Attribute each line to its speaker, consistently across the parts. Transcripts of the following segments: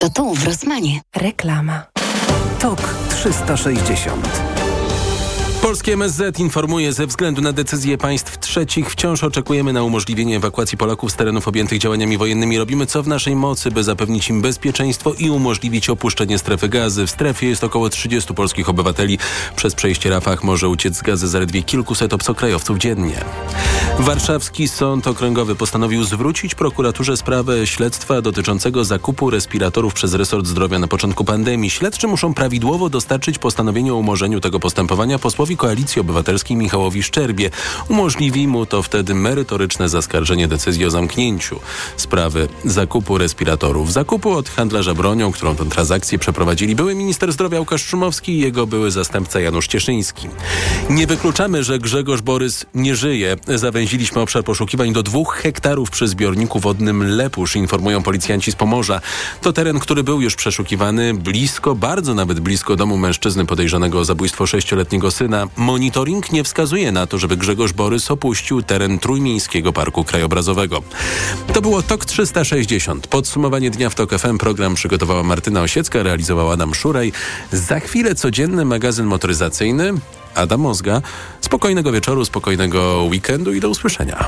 Speaker 1: To tu w Rossmanie.
Speaker 2: Reklama.
Speaker 3: TOK 360.
Speaker 4: Polskie MSZ informuje, ze względu na decyzje państw trzecich wciąż oczekujemy na umożliwienie ewakuacji Polaków z terenów objętych działaniami wojennymi. Robimy co w naszej mocy, by zapewnić im bezpieczeństwo i umożliwić opuszczenie strefy Gazy. W strefie jest około 30 polskich obywateli. Przez przejście Rafah może uciec z Gazy zaledwie kilkuset obcokrajowców dziennie. Warszawski Sąd Okręgowy postanowił zwrócić prokuraturze sprawę śledztwa dotyczącego zakupu respiratorów przez resort zdrowia na początku pandemii. Śledczy muszą prawidłowo dostarczyć postanowienie o umorzeniu tego postępowania posłowi Koalicji Obywatelskiej Michałowi Szczerbie. Umożliwi mu to wtedy merytoryczne zaskarżenie decyzji o zamknięciu sprawy zakupu respiratorów. Zakupu od handlarza bronią, którą tę transakcję przeprowadzili były minister zdrowia Łukasz Szumowski i jego były zastępca Janusz Cieszyński. Nie wykluczamy, że Grzegorz Borys nie żyje. Zawęziliśmy obszar poszukiwań do 2 hektarów przy zbiorniku wodnym Lepusz, informują policjanci z Pomorza. To teren, który był już przeszukiwany blisko, bardzo nawet blisko domu mężczyzny podejrzanego o zabójstwo 6-letniego syna. Monitoring nie wskazuje na to, żeby Grzegorz Borys opuścił teren Trójmiejskiego Parku Krajobrazowego. To było TOK 360. Podsumowanie dnia w TOK FM. Program przygotowała Martyna Osiecka, realizował Adam Szuraj. Za chwilę codzienny magazyn motoryzacyjny. Adam Ozga. Spokojnego wieczoru, spokojnego weekendu i do usłyszenia.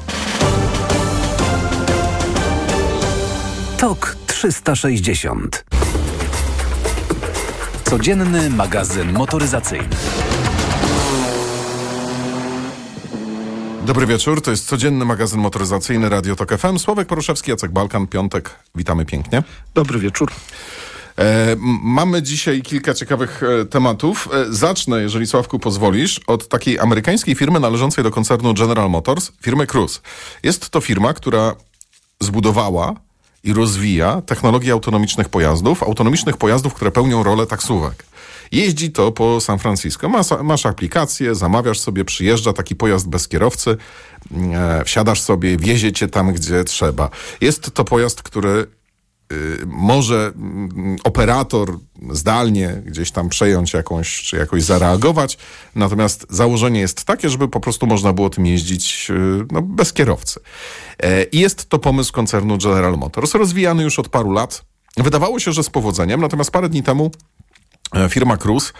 Speaker 3: TOK 360. Codzienny magazyn motoryzacyjny.
Speaker 5: Dobry wieczór, to jest codzienny magazyn motoryzacyjny Radio TOK FM. Sławek Poruszewski, Jacek Balkan, piątek. Witamy pięknie.
Speaker 6: Dobry wieczór.
Speaker 5: Mamy dzisiaj kilka ciekawych tematów. Zacznę, jeżeli Sławku pozwolisz, od takiej amerykańskiej firmy należącej do koncernu General Motors, firmy Cruise. Jest to firma, która zbudowała i rozwija technologię autonomicznych pojazdów, które pełnią rolę taksówek. Jeździ to po San Francisco. Masz aplikację, zamawiasz sobie, przyjeżdża taki pojazd bez kierowcy, wsiadasz sobie, wiezie cię tam, gdzie trzeba. Jest to pojazd, który może operator zdalnie gdzieś tam przejąć czy jakoś zareagować. Natomiast założenie jest takie, żeby po prostu można było tym jeździć bez kierowcy. I jest to pomysł koncernu General Motors, rozwijany już od paru lat. Wydawało się, że z powodzeniem, natomiast parę dni temu firma Cruise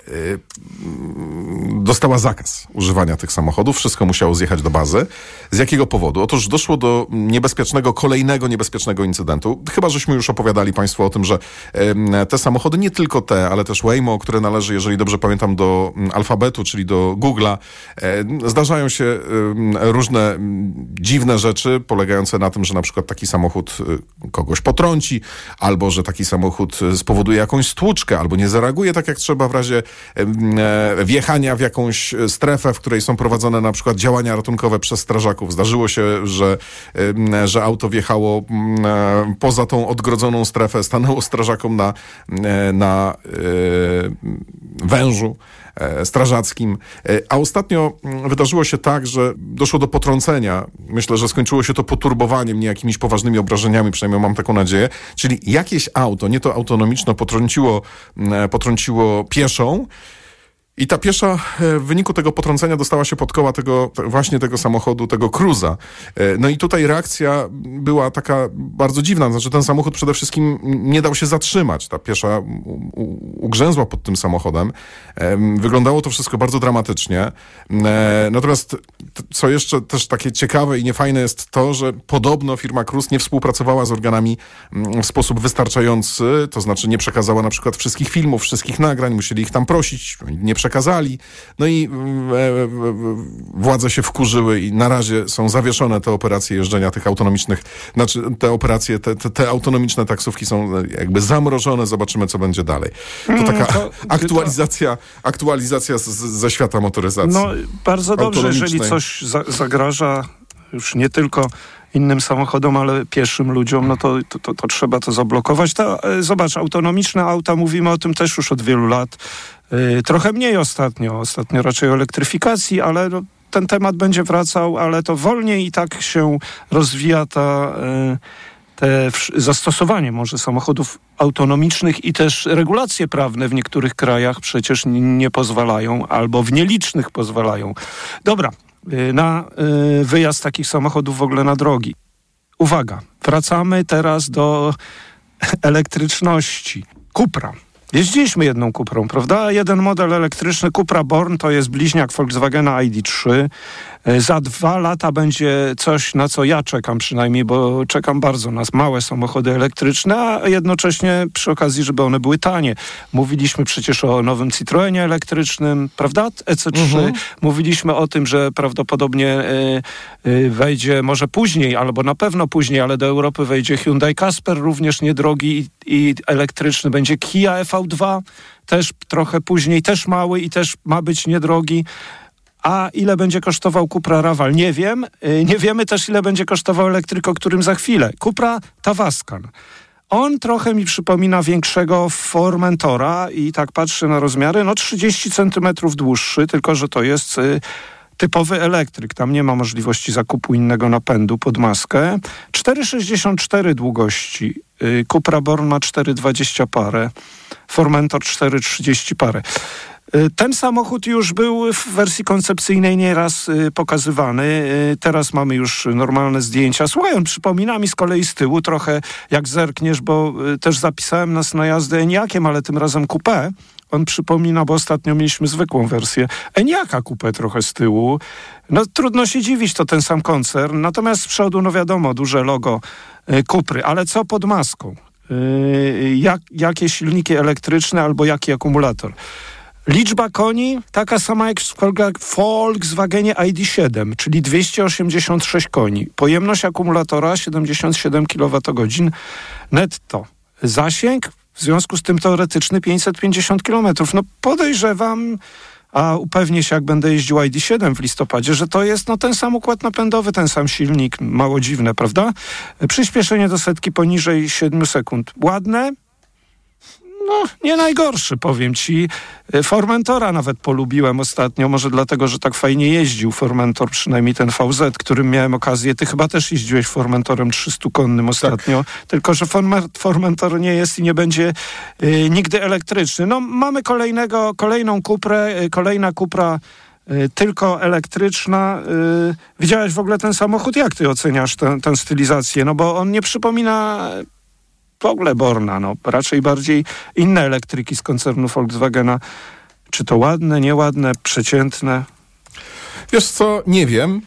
Speaker 5: dostała zakaz używania tych samochodów. Wszystko musiało zjechać do bazy. Z jakiego powodu? Otóż doszło do kolejnego niebezpiecznego incydentu. Chyba żeśmy już opowiadali Państwu o tym, że te samochody, nie tylko te, ale też Waymo, które należy, jeżeli dobrze pamiętam, do Alfabetu, czyli do Google'a, zdarzają się różne dziwne rzeczy, polegające na tym, że na przykład taki samochód kogoś potrąci, albo że taki samochód spowoduje jakąś stłuczkę, albo nie zareaguje tak jak trzeba w razie wjechania w jakąś strefę, w której są prowadzone na przykład działania ratunkowe przez strażaków. Zdarzyło się, że auto wjechało poza tą odgrodzoną strefę, stanęło strażakom na wężu strażackim. A ostatnio wydarzyło się tak, że doszło do potrącenia. Myślę, że skończyło się to poturbowaniem, nie jakimiś poważnymi obrażeniami, przynajmniej mam taką nadzieję. Czyli jakieś auto, nie to autonomiczne, potrąciło pieszą. I ta piesza w wyniku tego potrącenia dostała się pod koła tego samochodu, tego Cruise'a. No i tutaj reakcja była taka bardzo dziwna. Znaczy ten samochód przede wszystkim nie dał się zatrzymać. Ta piesza ugrzęzła pod tym samochodem. Wyglądało to wszystko bardzo dramatycznie. Natomiast co jeszcze też takie ciekawe i niefajne jest to, że podobno firma Cruise nie współpracowała z organami w sposób wystarczający. To znaczy nie przekazała na przykład wszystkich filmów, wszystkich nagrań. Musieli ich tam prosić. Nie przekazali. No i władze się wkurzyły i na razie są zawieszone te operacje jeżdżenia tych autonomicznych, znaczy te operacje, te autonomiczne taksówki są jakby zamrożone. Zobaczymy, co będzie dalej. To taka aktualizacja ze świata motoryzacji.
Speaker 6: No bardzo dobrze, jeżeli coś zagraża już nie tylko innym samochodom, ale pieszym ludziom, no to trzeba to zablokować. Zobacz, autonomiczne auta, mówimy o tym też już od wielu lat. Trochę mniej ostatnio raczej o elektryfikacji, ale ten temat będzie wracał, ale to wolniej i tak się rozwija zastosowanie może samochodów autonomicznych i też regulacje prawne w niektórych krajach przecież nie pozwalają, albo w nielicznych pozwalają. Dobra, na wyjazd takich samochodów w ogóle na drogi. Uwaga, wracamy teraz do elektryczności. Cupra. Jeździliśmy jedną Cuprą, prawda? Jeden model elektryczny Cupra Born to jest bliźniak Volkswagena ID3. Za 2 lata będzie coś, na co ja czekam przynajmniej, bo czekam bardzo na małe samochody elektryczne, a jednocześnie przy okazji, żeby one były tanie. Mówiliśmy przecież o nowym Citroenie elektrycznym, prawda? EC3. Mówiliśmy o tym, że prawdopodobnie wejdzie może później, albo na pewno później, ale do Europy wejdzie Hyundai Casper, również niedrogi i elektryczny. Będzie Kia EV2, też trochę później, też mały i też ma być niedrogi. A ile będzie kosztował Cupra Raval? Nie wiem. Nie wiemy też, ile będzie kosztował elektryk, o którym za chwilę. Cupra Tavascan. On trochę mi przypomina większego Formentora i tak patrzę na rozmiary, 30 centymetrów dłuższy, tylko że to jest typowy elektryk. Tam nie ma możliwości zakupu innego napędu pod maskę. 4,64 długości. Cupra Born ma 4,20 parę. Formentor 4,30 parę. Ten samochód już był w wersji koncepcyjnej nieraz pokazywany. Teraz mamy już normalne zdjęcia. Słuchaj, on przypomina mi z kolei z tyłu trochę, jak zerkniesz, bo też zapisałem nas na jazdę Enyaqiem, ale tym razem coupé. On przypomina, bo ostatnio mieliśmy zwykłą wersję Enyaqa coupé trochę z tyłu. Trudno się dziwić, to ten sam koncern. Natomiast z przodu, wiadomo, duże logo Cupry. Ale co pod maską? Jakie silniki elektryczne albo jaki akumulator? Liczba koni taka sama jak w Volkswagenie ID7, czyli 286 koni. Pojemność akumulatora 77 kWh netto. Zasięg w związku z tym teoretyczny 550 km. Podejrzewam, a upewnię się, jak będę jeździł ID7 w listopadzie, że to jest ten sam układ napędowy, ten sam silnik. Mało dziwne, prawda? Przyspieszenie do setki poniżej 7 sekund. Ładne? Nie najgorszy, powiem ci. Formentora nawet polubiłem ostatnio, może dlatego, że tak fajnie jeździł Formentor, przynajmniej ten VZ, którym miałem okazję. Ty chyba też jeździłeś Formentorem 300-konnym ostatnio, tak. Tylko że Formentor nie jest i nie będzie nigdy elektryczny. Mamy kolejną Cuprę, kolejna Cupra tylko elektryczna. Widziałeś w ogóle ten samochód? Jak ty oceniasz tę stylizację? Bo on nie przypomina w ogóle Borna, raczej bardziej inne elektryki z koncernu Volkswagena. Czy to ładne, nieładne, przeciętne?
Speaker 5: Wiesz co, nie wiem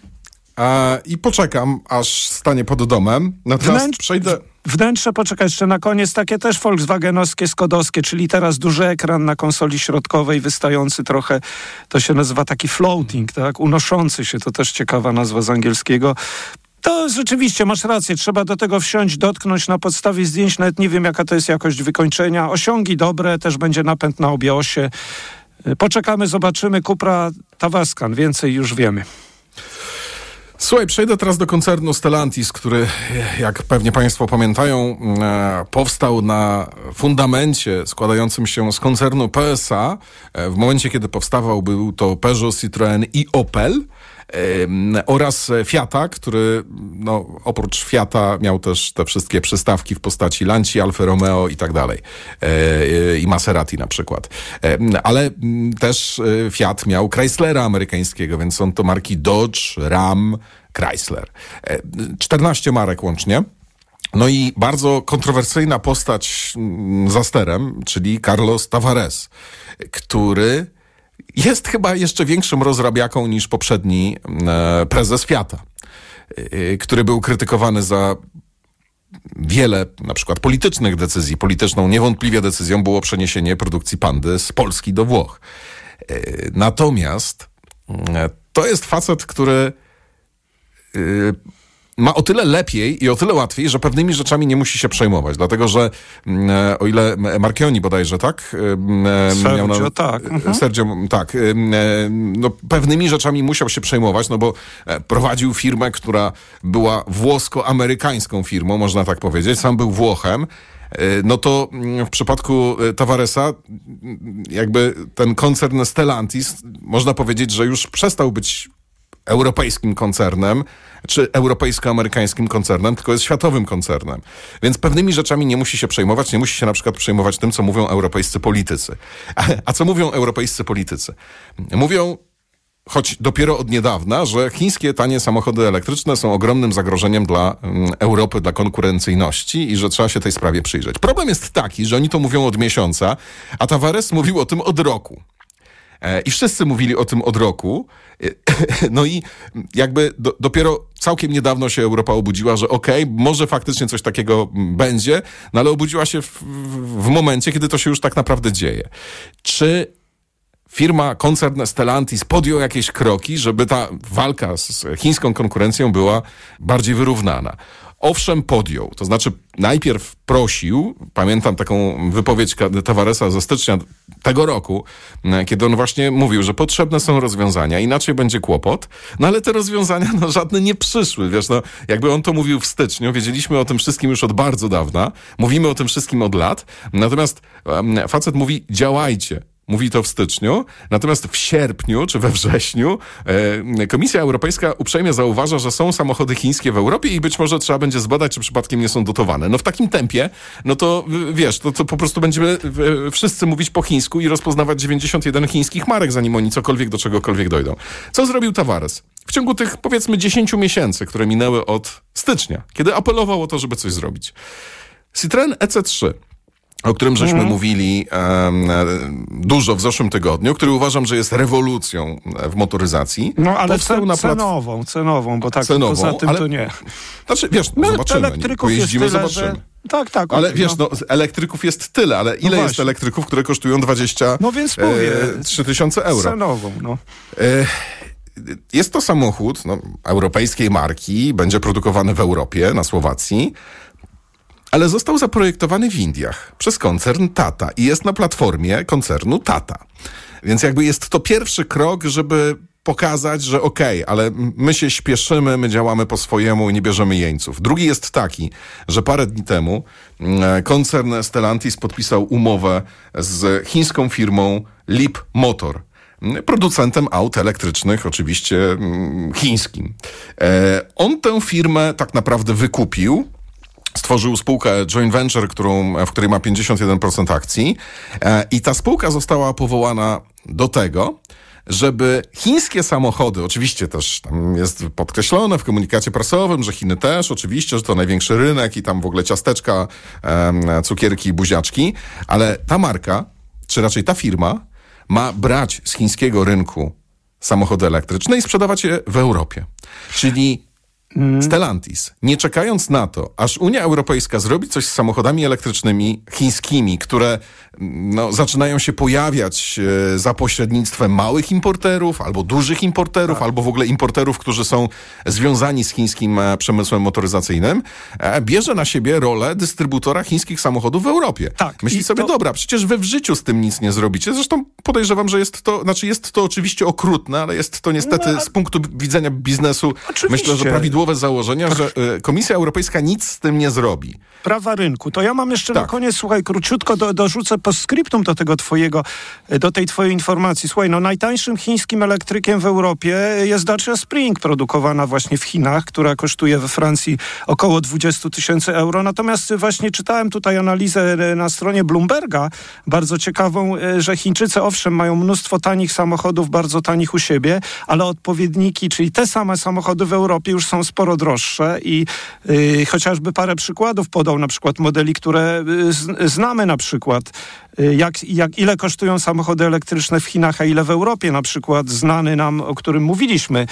Speaker 5: i poczekam, aż stanie pod domem. Natomiast przejdę...
Speaker 6: Wnętrze, poczekaj jeszcze na koniec, takie też volkswagenowskie, skodowskie, czyli teraz duży ekran na konsoli środkowej, wystający trochę, to się nazywa taki floating, tak? Unoszący się, to też ciekawa nazwa z angielskiego. To rzeczywiście, masz rację, trzeba do tego wsiąść, dotknąć na podstawie zdjęć, nawet nie wiem, jaka to jest jakość wykończenia. Osiągi dobre, też będzie napęd na obie osie. Poczekamy, zobaczymy. Cupra Tavascan, więcej już wiemy.
Speaker 5: Słuchaj, przejdę teraz do koncernu Stellantis, który, jak pewnie Państwo pamiętają, powstał na fundamencie składającym się z koncernu PSA. W momencie, kiedy powstawał, był to Peugeot, Citroën i Opel. Oraz Fiata, który oprócz Fiata miał też te wszystkie przystawki w postaci Lanci, Alfa Romeo i tak dalej. I Maserati na przykład. Ale też Fiat miał Chryslera amerykańskiego, więc są to marki Dodge, Ram, Chrysler. 14 marek łącznie. I bardzo kontrowersyjna postać za sterem, czyli Carlos Tavares, który jest chyba jeszcze większym rozrabiaką niż poprzedni prezes Fiata, który był krytykowany za wiele, na przykład politycznych decyzji. Polityczną niewątpliwie decyzją było przeniesienie produkcji Pandy z Polski do Włoch. Natomiast to jest facet, który ma o tyle lepiej i o tyle łatwiej, że pewnymi rzeczami nie musi się przejmować. Dlatego, że o ile Marchionni bodajże, tak?
Speaker 6: Sergio, tak.
Speaker 5: Sergio, tak. Pewnymi rzeczami musiał się przejmować, bo prowadził firmę, która była włosko-amerykańską firmą, można tak powiedzieć. Sam był Włochem. To w przypadku Tavaresa jakby ten koncern Stellantis, można powiedzieć, że już przestał być europejskim koncernem, czy europejsko-amerykańskim koncernem, tylko jest światowym koncernem. Więc pewnymi rzeczami nie musi się przejmować, nie musi się na przykład przejmować tym, co mówią europejscy politycy. A co mówią europejscy politycy? Mówią, choć dopiero od niedawna, że chińskie tanie samochody elektryczne są ogromnym zagrożeniem dla Europy, dla konkurencyjności i że trzeba się tej sprawie przyjrzeć. Problem jest taki, że oni to mówią od miesiąca, a Tavares mówił o tym od roku. I wszyscy mówili o tym od roku. No i jakby dopiero całkiem niedawno się Europa obudziła, że może faktycznie coś takiego będzie, no ale obudziła się w momencie, kiedy to się już tak naprawdę dzieje. Czy koncern Stellantis podjął jakieś kroki, żeby ta walka z chińską konkurencją była bardziej wyrównana? Owszem, podjął. To znaczy najpierw prosił, pamiętam taką wypowiedź Tavaresa ze stycznia tego roku, kiedy on właśnie mówił, że potrzebne są rozwiązania, inaczej będzie kłopot, no ale te rozwiązania żadne nie przyszły. Wiesz, jakby on to mówił w styczniu, wiedzieliśmy o tym wszystkim już od bardzo dawna, mówimy o tym wszystkim od lat, natomiast facet mówi, działajcie. Mówi to w styczniu, natomiast w sierpniu czy we wrześniu Komisja Europejska uprzejmie zauważa, że są samochody chińskie w Europie i być może trzeba będzie zbadać, czy przypadkiem nie są dotowane. No w takim tempie, no to wiesz, to po prostu będziemy wszyscy mówić po chińsku i rozpoznawać 91 chińskich marek, zanim oni cokolwiek do czegokolwiek dojdą. Co zrobił Tavares? W ciągu tych, powiedzmy, 10 miesięcy, które minęły od stycznia, kiedy apelował o to, żeby coś zrobić. Citroën EC3, o którym żeśmy mówili dużo w zeszłym tygodniu, który uważam, że jest rewolucją w motoryzacji.
Speaker 6: No ale cenową, bo tak cenową, poza tym ale, to nie.
Speaker 5: Znaczy, wiesz, zobaczymy. Pojeździmy, zobaczymy.
Speaker 6: Że... Tak.
Speaker 5: Ale wiesz, elektryków jest tyle, ale ile jest elektryków, które kosztują 23 tysiące euro?
Speaker 6: Cenową, no.
Speaker 5: Jest to samochód europejskiej marki, będzie produkowany w Europie, na Słowacji, ale został zaprojektowany w Indiach przez koncern Tata i jest na platformie koncernu Tata. Więc jakby jest to pierwszy krok, żeby pokazać, że ale my się śpieszymy, my działamy po swojemu i nie bierzemy jeńców. Drugi jest taki, że parę dni temu koncern Stellantis podpisał umowę z chińską firmą Leap Motor, producentem aut elektrycznych, oczywiście chińskim. On tę firmę tak naprawdę wykupił, stworzył spółkę joint venture, w której ma 51% akcji i ta spółka została powołana do tego, żeby chińskie samochody, oczywiście też tam jest podkreślone w komunikacie prasowym, że Chiny też, oczywiście, że to największy rynek i tam w ogóle ciasteczka, cukierki i buziaczki, ale ta marka, czy raczej ta firma ma brać z chińskiego rynku samochody elektryczne i sprzedawać je w Europie. Czyli Stellantis, nie czekając na to, aż Unia Europejska zrobi coś z samochodami elektrycznymi chińskimi, które zaczynają się pojawiać za pośrednictwem małych importerów, albo dużych importerów, albo w ogóle importerów, którzy są związani z chińskim przemysłem motoryzacyjnym, bierze na siebie rolę dystrybutora chińskich samochodów w Europie.
Speaker 6: Tak,
Speaker 5: myśli sobie, dobra, przecież wy w życiu z tym nic nie zrobicie. Zresztą podejrzewam, że jest to oczywiście okrutne, ale jest to niestety z punktu widzenia biznesu, myślę, że prawidłowe założenia, że Komisja Europejska nic z tym nie zrobi.
Speaker 6: Prawa rynku. To ja mam jeszcze na koniec, słuchaj, króciutko dorzucę postscriptum do tej twojej informacji. Słuchaj, najtańszym chińskim elektrykiem w Europie jest Dacia Spring, produkowana właśnie w Chinach, która kosztuje we Francji około 20 tysięcy euro. Natomiast właśnie czytałem tutaj analizę na stronie Bloomberga, bardzo ciekawą, że Chińczycy owszem mają mnóstwo tanich samochodów, bardzo tanich u siebie, ale odpowiedniki, czyli te same samochody w Europie już są sporo droższe i chociażby parę przykładów podał, na przykład modeli, które znamy na przykład, ile kosztują samochody elektryczne w Chinach, a ile w Europie, na przykład znany nam, o którym mówiliśmy,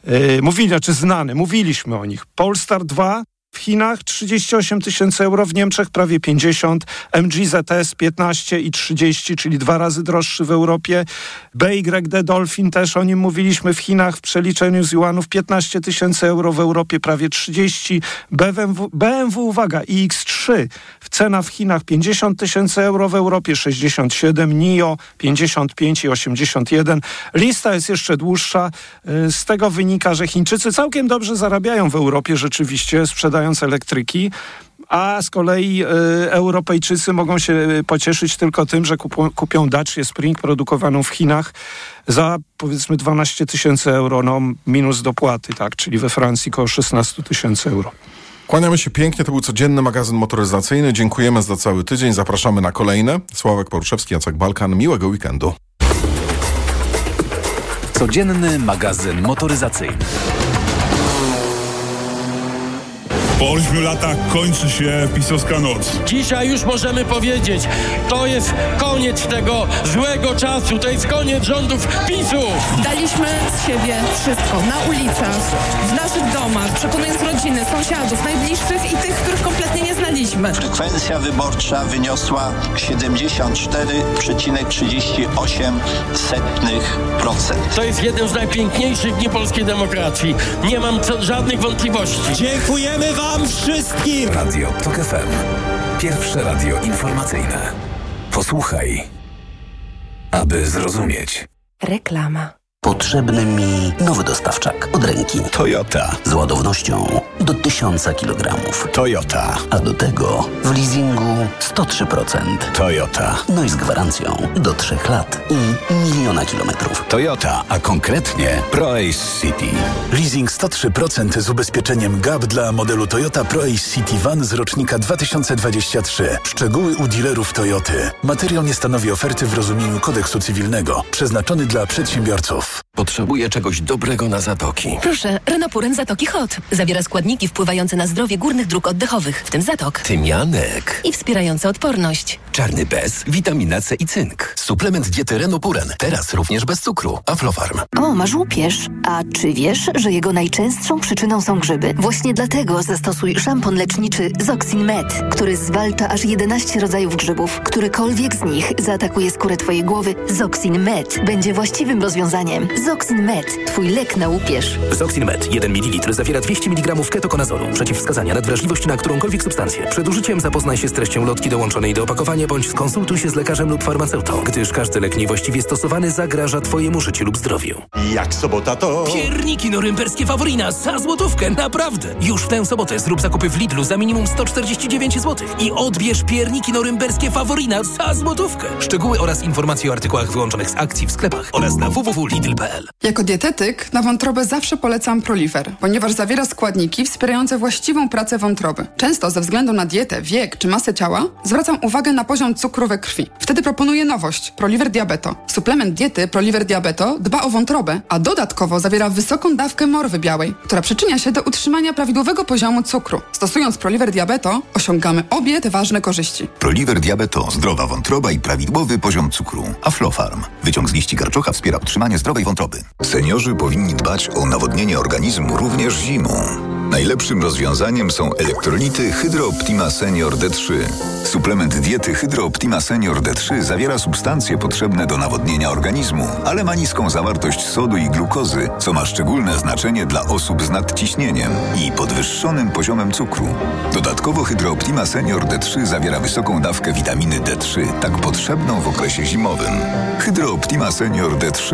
Speaker 6: mówiliśmy o nich. Polestar 2 w Chinach 38 tysięcy euro, w Niemczech prawie 50, MG ZS 15 i 30, czyli 2 razy droższy w Europie. BYD Dolphin też, o nim mówiliśmy, w Chinach w przeliczeniu z juanów 15 tysięcy euro, w Europie prawie 30. BMW, uwaga, iX3 cena w Chinach 50 tysięcy euro, w Europie 67, NIO 55 i 81. Lista jest jeszcze dłuższa. Z tego wynika, że Chińczycy całkiem dobrze zarabiają w Europie rzeczywiście, sprzedając elektryki, a z kolei Europejczycy mogą się pocieszyć tylko tym, że kupią Dacia Spring produkowaną w Chinach za powiedzmy 12 tysięcy euro, minus dopłaty, tak, czyli we Francji około 16 tysięcy euro.
Speaker 5: Kłaniamy się pięknie, to był codzienny magazyn motoryzacyjny. Dziękujemy za cały tydzień, zapraszamy na kolejne. Sławek Poruszewski, Jacek Balkan, miłego weekendu.
Speaker 3: Codzienny magazyn motoryzacyjny.
Speaker 1: Po 8 latach kończy się pisowska noc.
Speaker 2: Dzisiaj już możemy powiedzieć, to jest koniec tego złego czasu, to jest koniec rządów PiS-u.
Speaker 7: Daliśmy z siebie wszystko, na ulicach, w naszych domach, przekonując rodziny, sąsiadów, najbliższych i tych, których kompletnie nie znaliśmy.
Speaker 8: Frekwencja wyborcza wyniosła 74,38%.
Speaker 2: To jest jeden z najpiękniejszych dni polskiej demokracji. Nie mam żadnych wątpliwości.
Speaker 9: Dziękujemy wam wszystkim!
Speaker 3: Radio TOK FM. Pierwsze radio informacyjne. Posłuchaj, aby zrozumieć.
Speaker 10: Reklama. Potrzebny mi nowy dostawczak od ręki.
Speaker 11: Toyota.
Speaker 10: Z ładownością do 1000 kg.
Speaker 11: Toyota.
Speaker 10: A do tego w leasingu 103%.
Speaker 11: Toyota.
Speaker 10: No i z gwarancją do 3 lat i 1 000 000 kilometrów.
Speaker 11: Toyota, a konkretnie ProAce City.
Speaker 12: Leasing 103% z ubezpieczeniem GAP dla modelu Toyota ProAce City Van z rocznika 2023. Szczegóły u dealerów Toyoty. Materiał nie stanowi oferty w rozumieniu kodeksu cywilnego. Przeznaczony dla przedsiębiorców.
Speaker 13: Potrzebuję czegoś dobrego na zatoki.
Speaker 14: Proszę, Renopuren Zatoki Hot. Zawiera składniki wpływające na zdrowie górnych dróg oddechowych, w tym zatok.
Speaker 13: Tymianek.
Speaker 14: I wspierające odporność.
Speaker 13: Czarny bez, witamina C i cynk. Suplement diety Renopuren. Teraz również bez cukru. Aflofarm.
Speaker 15: O, masz łupież. A czy wiesz, że jego najczęstszą przyczyną są grzyby? Właśnie dlatego zastosuj szampon leczniczy Zoxin Med, który zwalcza aż 11 rodzajów grzybów. Którykolwiek z nich zaatakuje skórę twojej głowy, Zoxin Med będzie właściwym rozwiązaniem. Zoxin Med. Twój lek na łupież.
Speaker 16: Zoxin Med. 1 ml zawiera 200 mg ketokonazolu. Przeciwwskazania nadwrażliwość na którąkolwiek substancję. Przed użyciem zapoznaj się z treścią lotki dołączonej do opakowania bądź skonsultuj się z lekarzem lub farmaceutą, gdyż każdy lek niewłaściwie stosowany zagraża twojemu życiu lub zdrowiu.
Speaker 17: Jak sobota to...
Speaker 16: Pierniki norymberskie Faworina za złotówkę, naprawdę! Już w tę sobotę zrób zakupy w Lidlu za minimum 149 zł i odbierz pierniki norymberskie Faworina za złotówkę. Szczegóły oraz informacje o artykułach wyłączonych z akcji w sklepach oraz na www.lidl.pl.
Speaker 18: Jako dietetyk na wątrobę zawsze polecam Proliver, ponieważ zawiera składniki wspierające właściwą pracę wątroby. Często ze względu na dietę, wiek czy masę ciała zwracam uwagę na poziom cukru we krwi. Wtedy proponuję nowość Proliver Diabeto. Suplement diety Proliver Diabeto dba o wątrobę, a dodatkowo zawiera wysoką dawkę morwy białej, która przyczynia się do utrzymania prawidłowego poziomu cukru. Stosując Proliver Diabeto osiągamy obie te ważne korzyści.
Speaker 19: Proliver Diabeto, zdrowa wątroba i prawidłowy poziom cukru. Aflofarm. Wyciąg z liści karczocha wspiera utrzymanie zdrowej wątroby. Seniorzy powinni dbać o nawodnienie organizmu również zimą. Najlepszym rozwiązaniem są elektrolity Hydro Optima Senior D3. Suplement diety Hydro Optima Senior D3 zawiera substancje potrzebne do nawodnienia organizmu, ale ma niską zawartość sodu i glukozy, co ma szczególne znaczenie dla osób z nadciśnieniem i podwyższonym poziomem cukru. Dodatkowo Hydro Optima Senior D3 zawiera wysoką dawkę witaminy D3, tak potrzebną w okresie zimowym. Hydro Optima Senior D3